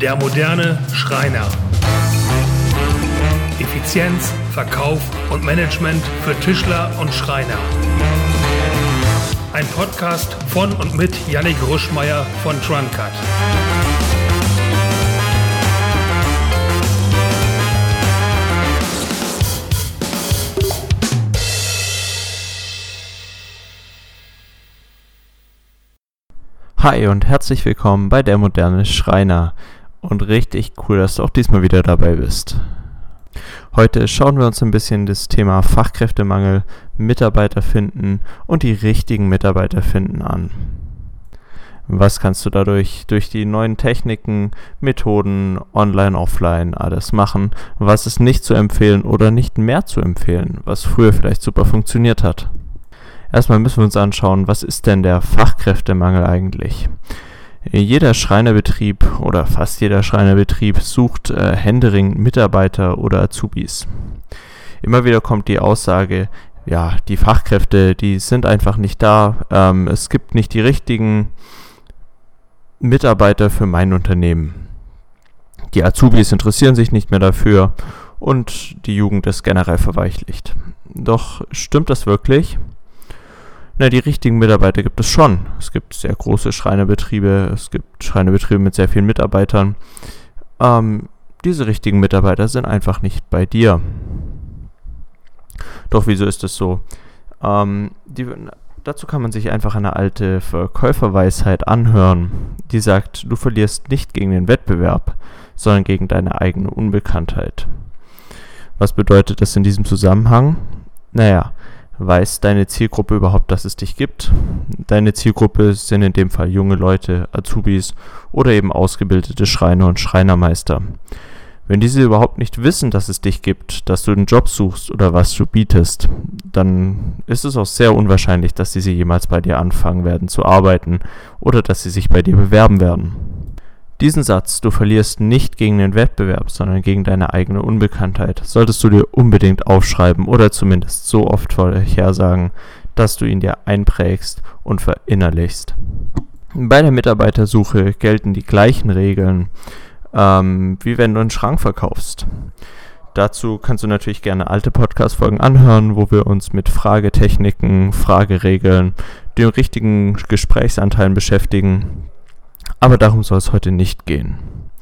Der moderne Schreiner. Effizienz, Verkauf und Management für Tischler und Schreiner. Ein Podcast von und mit Yannick Ruschmeier von Truncut. Hi und herzlich willkommen bei Der moderne Schreiner und richtig cool, dass du auch diesmal wieder dabei bist. Heute schauen wir uns ein bisschen das Thema Fachkräftemangel, Mitarbeiter finden und die richtigen Mitarbeiter finden an. Was kannst du dadurch durch die neuen Techniken, Methoden, online, offline alles machen? Was ist nicht zu empfehlen oder nicht mehr zu empfehlen, was früher vielleicht super funktioniert hat? Erstmal müssen wir uns anschauen, was ist denn der Fachkräftemangel eigentlich? Jeder Schreinerbetrieb oder fast jeder Schreinerbetrieb sucht händeringend Mitarbeiter oder Azubis. Immer wieder kommt die Aussage, ja, die Fachkräfte, die sind einfach nicht da, es gibt nicht die richtigen Mitarbeiter für mein Unternehmen. Die Azubis interessieren sich nicht mehr dafür und die Jugend ist generell verweichlicht. Doch stimmt das wirklich? Na, die richtigen Mitarbeiter gibt es schon. Es gibt sehr große Schreinerbetriebe, es gibt Schreinerbetriebe mit sehr vielen Mitarbeitern. Diese richtigen Mitarbeiter sind einfach nicht bei dir. Doch wieso ist es so? Dazu kann man sich einfach eine alte Verkäuferweisheit anhören, die sagt, du verlierst nicht gegen den Wettbewerb, sondern gegen deine eigene Unbekanntheit. Was bedeutet das in diesem Zusammenhang? Naja, weiß deine Zielgruppe überhaupt, dass es dich gibt? Deine Zielgruppe sind in dem Fall junge Leute, Azubis oder eben ausgebildete Schreiner und Schreinermeister. Wenn diese überhaupt nicht wissen, dass es dich gibt, dass du einen Job suchst oder was du bietest, dann ist es auch sehr unwahrscheinlich, dass sie jemals bei dir anfangen werden zu arbeiten oder dass sie sich bei dir bewerben werden. Diesen Satz, du verlierst nicht gegen den Wettbewerb, sondern gegen deine eigene Unbekanntheit, solltest du dir unbedingt aufschreiben oder zumindest so oft vorhersagen, dass du ihn dir einprägst und verinnerlichst. Bei der Mitarbeitersuche gelten die gleichen Regeln, wie wenn du einen Schrank verkaufst. Dazu kannst du natürlich gerne alte Podcast-Folgen anhören, wo wir uns mit Fragetechniken, Frageregeln, den richtigen Gesprächsanteilen beschäftigen. Aber darum soll es heute nicht gehen.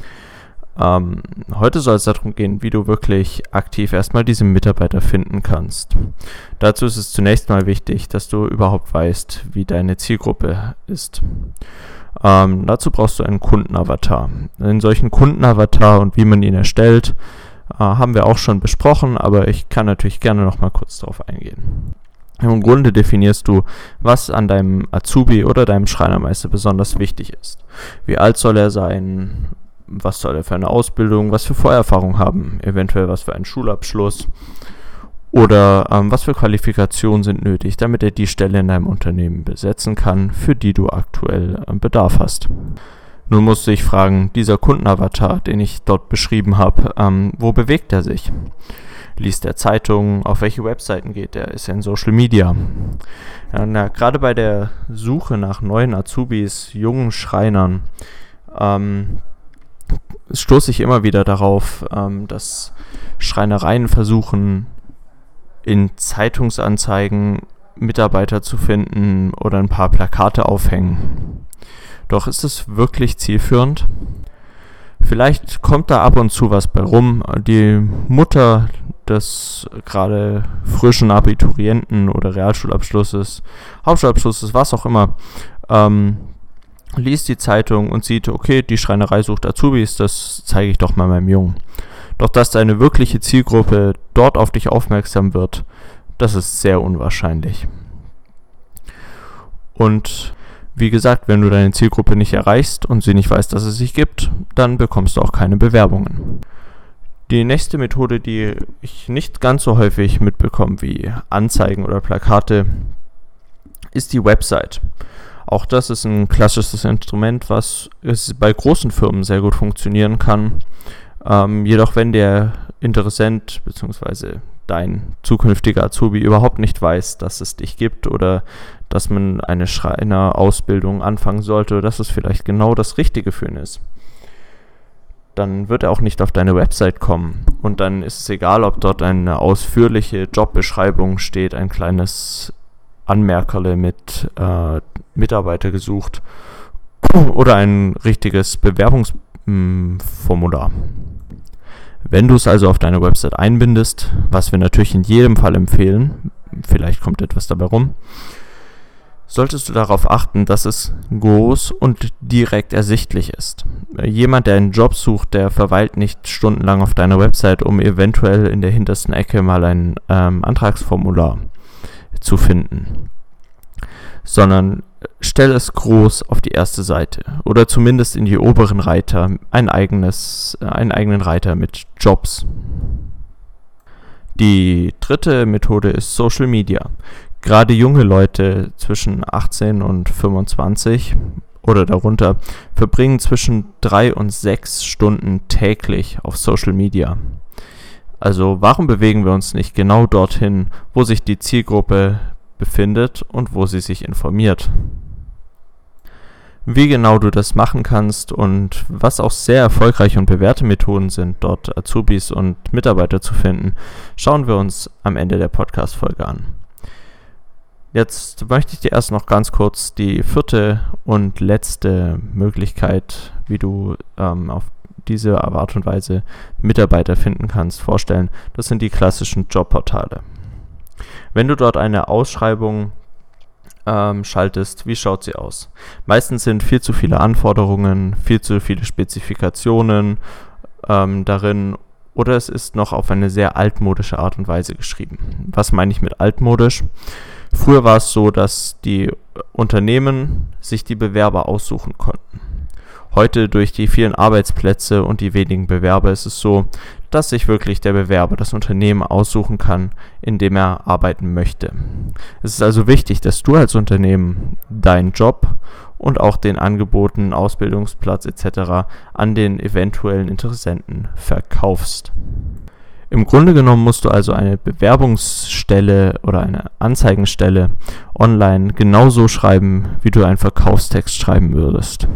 Heute soll es darum gehen, wie du wirklich aktiv erstmal diese Mitarbeiter finden kannst. Dazu ist es zunächst mal wichtig, dass du überhaupt weißt, wie deine Zielgruppe ist. Dazu brauchst du einen Kundenavatar. Einen solchen Kundenavatar und wie man ihn erstellt, haben wir auch schon besprochen, aber ich kann natürlich gerne noch mal kurz darauf eingehen. Im Grunde definierst du, was an deinem Azubi oder deinem Schreinermeister besonders wichtig ist. Wie alt soll er sein? Was soll er für eine Ausbildung? Was für Vorerfahrung haben? Eventuell was für einen Schulabschluss? Oder was für Qualifikationen sind nötig, damit er die Stelle in deinem Unternehmen besetzen kann, für die du aktuell Bedarf hast? Nun musst du dich fragen, dieser Kundenavatar, den ich dort beschrieben habe, wo bewegt er sich? Liest er Zeitungen? Auf welche Webseiten geht er? Ist er in Social Media? Ja, gerade bei der Suche nach neuen Azubis, jungen Schreinern, stoße ich immer wieder darauf, dass Schreinereien versuchen, in Zeitungsanzeigen Mitarbeiter zu finden oder ein paar Plakate aufhängen. Doch ist es wirklich zielführend? Vielleicht kommt da ab und zu was bei rum. Die Mutter des gerade frischen Abiturienten oder Realschulabschlusses, Hauptschulabschlusses, was auch immer, liest die Zeitung und sieht, okay, die Schreinerei sucht Azubis, das zeige ich doch mal meinem Jungen. Doch dass deine wirkliche Zielgruppe dort auf dich aufmerksam wird, das ist sehr unwahrscheinlich. Und wie gesagt, wenn du deine Zielgruppe nicht erreichst und sie nicht weiß, dass es sich gibt, dann bekommst du auch keine Bewerbungen. Die nächste Methode, die ich nicht ganz so häufig mitbekomme wie Anzeigen oder Plakate, ist die Website. Auch das ist ein klassisches Instrument, was bei großen Firmen sehr gut funktionieren kann. Jedoch wenn der Interessent bzw. dein zukünftiger Azubi überhaupt nicht weiß, dass es dich gibt oder dass man eine Schreinerausbildung anfangen sollte oder dass es vielleicht genau das Richtige für ihn ist, dann wird er auch nicht auf deine Website kommen. Und dann ist es egal, ob dort eine ausführliche Jobbeschreibung steht, ein kleines Anmerkerle mit Mitarbeiter gesucht oder ein richtiges Bewerbungsformular. Wenn du es also auf deine Website einbindest, was wir natürlich in jedem Fall empfehlen, vielleicht kommt etwas dabei rum, solltest du darauf achten, dass es groß und direkt ersichtlich ist. Jemand, der einen Job sucht, der verweilt nicht stundenlang auf deiner Website, um eventuell in der hintersten Ecke mal ein Antragsformular zu finden, sondern stell es groß auf die erste Seite oder zumindest in die oberen Reiter, einen eigenen Reiter mit Jobs. Die dritte Methode ist Social Media. Gerade junge Leute zwischen 18 und 25 oder darunter verbringen zwischen 3 und 6 Stunden täglich auf Social Media. Also warum bewegen wir uns nicht genau dorthin, wo sich die Zielgruppe befindet und wo sie sich informiert? Wie genau du das machen kannst und was auch sehr erfolgreiche und bewährte Methoden sind, dort Azubis und Mitarbeiter zu finden, schauen wir uns am Ende der Podcast-Folge an. Jetzt möchte ich dir erst noch ganz kurz die vierte und letzte Möglichkeit, wie du auf diese Art und Weise Mitarbeiter finden kannst, vorstellen. Das sind die klassischen Jobportale. Wenn du dort eine Ausschreibung schaltest, wie schaut sie aus? Meistens sind viel zu viele Anforderungen, viel zu viele Spezifikationen darin, oder es ist noch auf eine sehr altmodische Art und Weise geschrieben. Was meine ich mit altmodisch? Früher war es so, dass die Unternehmen sich die Bewerber aussuchen konnten. Heute durch die vielen Arbeitsplätze und die wenigen Bewerber ist es so, dass sich wirklich der Bewerber das Unternehmen aussuchen kann, in dem er arbeiten möchte. Es ist also wichtig, dass du als Unternehmen deinen Job und auch den Angeboten, Ausbildungsplatz etc. an den eventuellen Interessenten verkaufst. Im Grunde genommen musst du also eine Bewerbungsstelle oder eine Anzeigenstelle online genauso schreiben, wie du einen Verkaufstext schreiben würdest.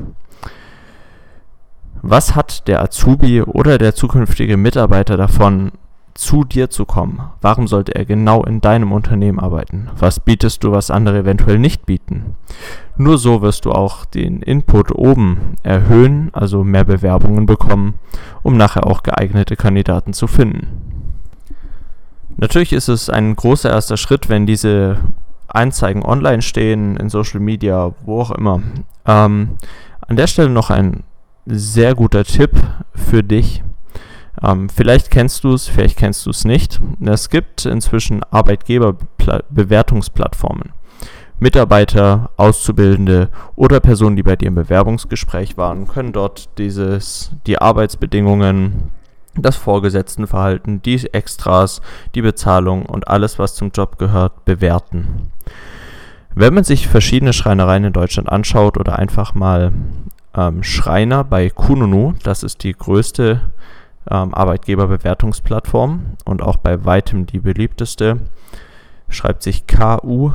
Was hat der Azubi oder der zukünftige Mitarbeiter davon, zu dir zu kommen? Warum sollte er genau in deinem Unternehmen arbeiten? Was bietest du, was andere eventuell nicht bieten? Nur so wirst du auch den Input oben erhöhen, also mehr Bewerbungen bekommen, um nachher auch geeignete Kandidaten zu finden. Natürlich ist es ein großer erster Schritt, wenn diese Anzeigen online stehen, in Social Media, wo auch immer. An der Stelle noch ein sehr guter Tipp für dich. Vielleicht kennst du es, vielleicht kennst du es nicht. Es gibt inzwischen Arbeitgeberbewertungsplattformen. Mitarbeiter, Auszubildende oder Personen, die bei dir im Bewerbungsgespräch waren, können dort die Arbeitsbedingungen, das Vorgesetztenverhalten, die Extras, die Bezahlung und alles, was zum Job gehört, bewerten. Wenn man sich verschiedene Schreinereien in Deutschland anschaut oder einfach mal Schreiner bei Kununu, das ist die größte Arbeitgeberbewertungsplattform und auch bei weitem die beliebteste, schreibt sich KUNUNU.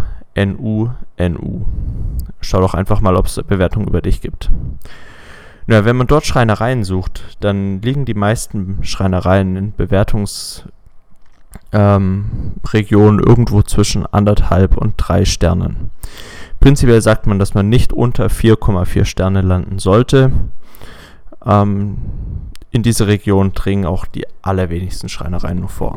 Schau doch einfach mal, ob es Bewertungen über dich gibt. Ja, wenn man dort Schreinereien sucht, dann liegen die meisten Schreinereien in Bewertungsregionen irgendwo zwischen 1,5 und 3 Sternen. Prinzipiell sagt man, dass man nicht unter 4,4 Sterne landen sollte. In diese Region dringen auch die allerwenigsten Schreinereien nur vor.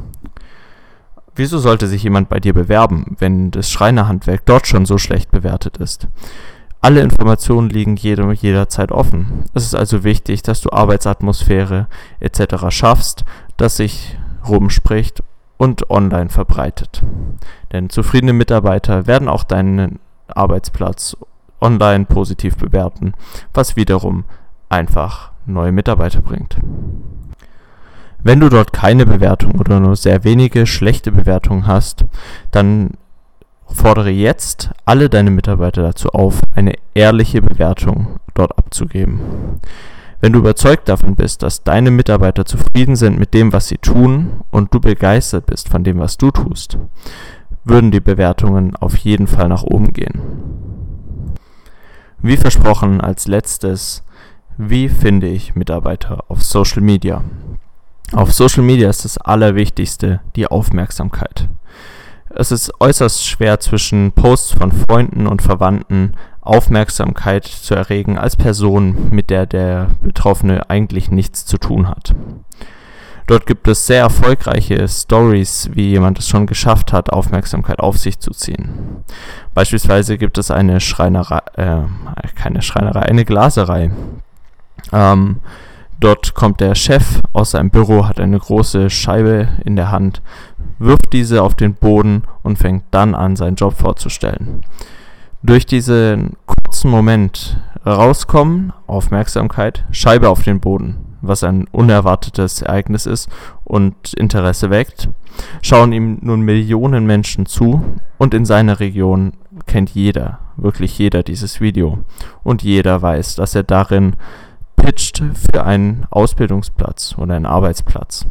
Wieso sollte sich jemand bei dir bewerben, wenn das Schreinerhandwerk dort schon so schlecht bewertet ist? Alle Informationen liegen jederzeit offen. Es ist also wichtig, dass du Arbeitsatmosphäre etc. schaffst, dass sich rumspricht und online verbreitet. Denn zufriedene Mitarbeiter werden auch deinen Arbeitsplatz online positiv bewerten, was wiederum einfach neue Mitarbeiter bringt. Wenn du dort keine Bewertung oder nur sehr wenige schlechte Bewertungen hast, dann fordere jetzt alle deine Mitarbeiter dazu auf, eine ehrliche Bewertung dort abzugeben. Wenn du überzeugt davon bist, dass deine Mitarbeiter zufrieden sind mit dem, was sie tun und du begeistert bist von dem, was du tust, würden die Bewertungen auf jeden Fall nach oben gehen. Wie versprochen, als letztes Wie finde ich Mitarbeiter auf Social Media? Auf Social Media ist das Allerwichtigste die Aufmerksamkeit. Es ist äußerst schwer, zwischen Posts von Freunden und Verwandten Aufmerksamkeit zu erregen als Person, mit der der Betroffene eigentlich nichts zu tun hat. Dort gibt es sehr erfolgreiche Stories, wie jemand es schon geschafft hat, Aufmerksamkeit auf sich zu ziehen. Beispielsweise gibt es eine eine Glaserei. Dort kommt der Chef aus seinem Büro, hat eine große Scheibe in der Hand, wirft diese auf den Boden und fängt dann an, seinen Job vorzustellen. Durch diesen kurzen Moment rauskommen, Aufmerksamkeit, Scheibe auf den Boden, was ein unerwartetes Ereignis ist und Interesse weckt, schauen ihm nun Millionen Menschen zu und in seiner Region kennt jeder, wirklich jeder dieses Video und jeder weiß, dass er darin pitcht für einen Ausbildungsplatz oder einen Arbeitsplatz.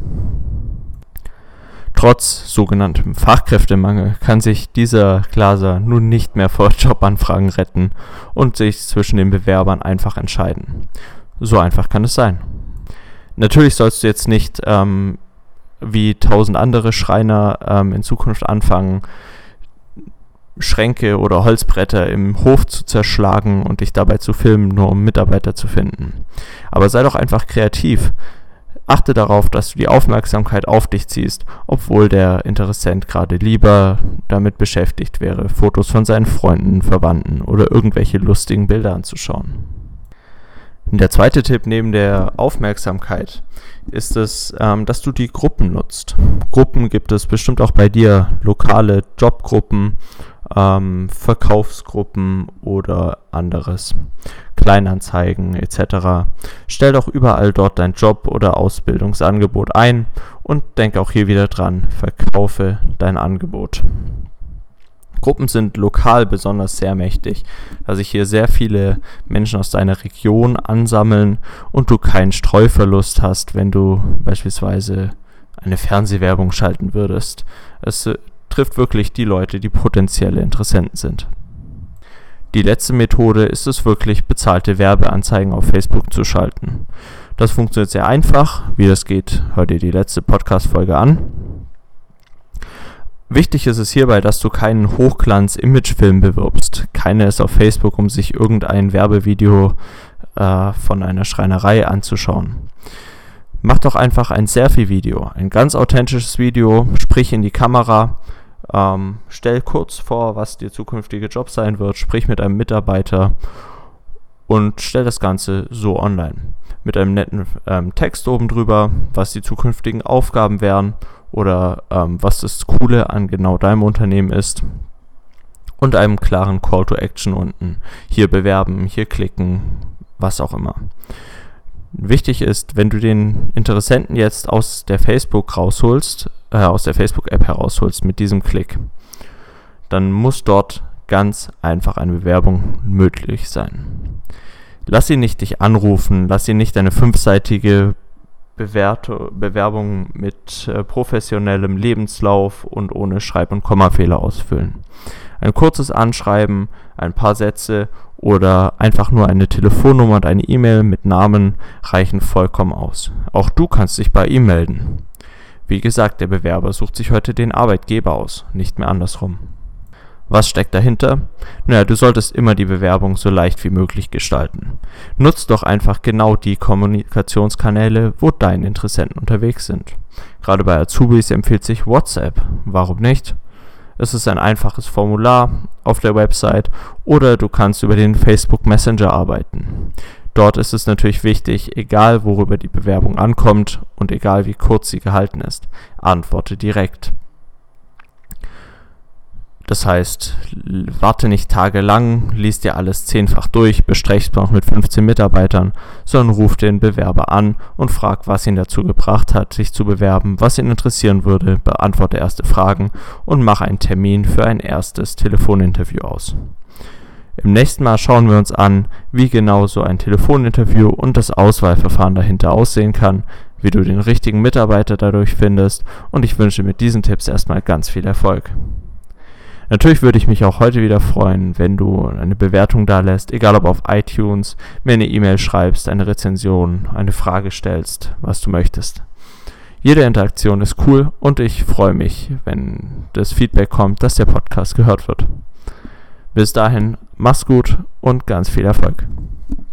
Trotz sogenanntem Fachkräftemangel kann sich dieser Glaser nun nicht mehr vor Jobanfragen retten und sich zwischen den Bewerbern einfach entscheiden. So einfach kann es sein. Natürlich sollst du jetzt nicht wie 1000 andere Schreiner in Zukunft anfangen, Schränke oder Holzbretter im Hof zu zerschlagen und dich dabei zu filmen, nur um Mitarbeiter zu finden. Aber sei doch einfach kreativ. Achte darauf, dass du die Aufmerksamkeit auf dich ziehst, obwohl der Interessent gerade lieber damit beschäftigt wäre, Fotos von seinen Freunden, Verwandten oder irgendwelche lustigen Bilder anzuschauen. Der zweite Tipp neben der Aufmerksamkeit ist es, dass du die Gruppen nutzt. Gruppen gibt es bestimmt auch bei dir, lokale Jobgruppen, Verkaufsgruppen oder anderes, Kleinanzeigen etc. Stell doch überall dort dein Job- oder Ausbildungsangebot ein und denk auch hier wieder dran, verkaufe dein Angebot. Gruppen sind lokal besonders sehr mächtig, da sich hier sehr viele Menschen aus deiner Region ansammeln und du keinen Streuverlust hast, wenn du beispielsweise eine Fernsehwerbung schalten würdest. Es trifft wirklich die Leute, die potenzielle Interessenten sind. Die letzte Methode ist es wirklich, bezahlte Werbeanzeigen auf Facebook zu schalten. Das funktioniert sehr einfach. Wie das geht, hör dir die letzte Podcast-Folge an. Wichtig ist es hierbei, dass du keinen Hochglanz-Imagefilm bewirbst. Keiner ist auf Facebook, um sich irgendein Werbevideo von einer Schreinerei anzuschauen. Mach doch einfach ein Selfie-Video, ein ganz authentisches Video, sprich in die Kamera, stell kurz vor, was der zukünftige Job sein wird, sprich mit einem Mitarbeiter und stell das Ganze so online. Mit einem netten Text oben drüber, was die zukünftigen Aufgaben wären oder was das Coole an genau deinem Unternehmen ist und einem klaren Call to Action unten. Hier bewerben, hier klicken, was auch immer. Wichtig ist, wenn du den Interessenten jetzt aus der Facebook-App herausholst mit diesem Klick, dann muss dort ganz einfach eine Bewerbung möglich sein. Lass ihn nicht dich anrufen, lass ihn nicht eine 5-seitige Bewerbung mit professionellem Lebenslauf und ohne Schreib- und Kommafehler ausfüllen. Ein kurzes Anschreiben, ein paar Sätze oder einfach nur eine Telefonnummer und eine E-Mail mit Namen reichen vollkommen aus. Auch du kannst dich bei ihm melden. Wie gesagt, der Bewerber sucht sich heute den Arbeitgeber aus, nicht mehr andersrum. Was steckt dahinter? Naja, du solltest immer die Bewerbung so leicht wie möglich gestalten. Nutz doch einfach genau die Kommunikationskanäle, wo deine Interessenten unterwegs sind. Gerade bei Azubis empfiehlt sich WhatsApp. Warum nicht? Es ist ein einfaches Formular auf der Website oder du kannst über den Facebook Messenger arbeiten. Dort ist es natürlich wichtig, egal worüber die Bewerbung ankommt und egal wie kurz sie gehalten ist, antworte direkt. Das heißt, warte nicht tagelang, lies dir alles 10-fach durch, besprechst noch mit 15 Mitarbeitern, sondern ruf den Bewerber an und frag, was ihn dazu gebracht hat, sich zu bewerben, was ihn interessieren würde, beantworte erste Fragen und mach einen Termin für ein erstes Telefoninterview aus. Im nächsten Mal schauen wir uns an, wie genau so ein Telefoninterview und das Auswahlverfahren dahinter aussehen kann, wie du den richtigen Mitarbeiter dadurch findest und ich wünsche mit diesen Tipps erstmal ganz viel Erfolg. Natürlich würde ich mich auch heute wieder freuen, wenn du eine Bewertung da lässt, egal ob auf iTunes, mir eine E-Mail schreibst, eine Rezension, eine Frage stellst, was du möchtest. Jede Interaktion ist cool und ich freue mich, wenn das Feedback kommt, dass der Podcast gehört wird. Bis dahin, mach's gut und ganz viel Erfolg.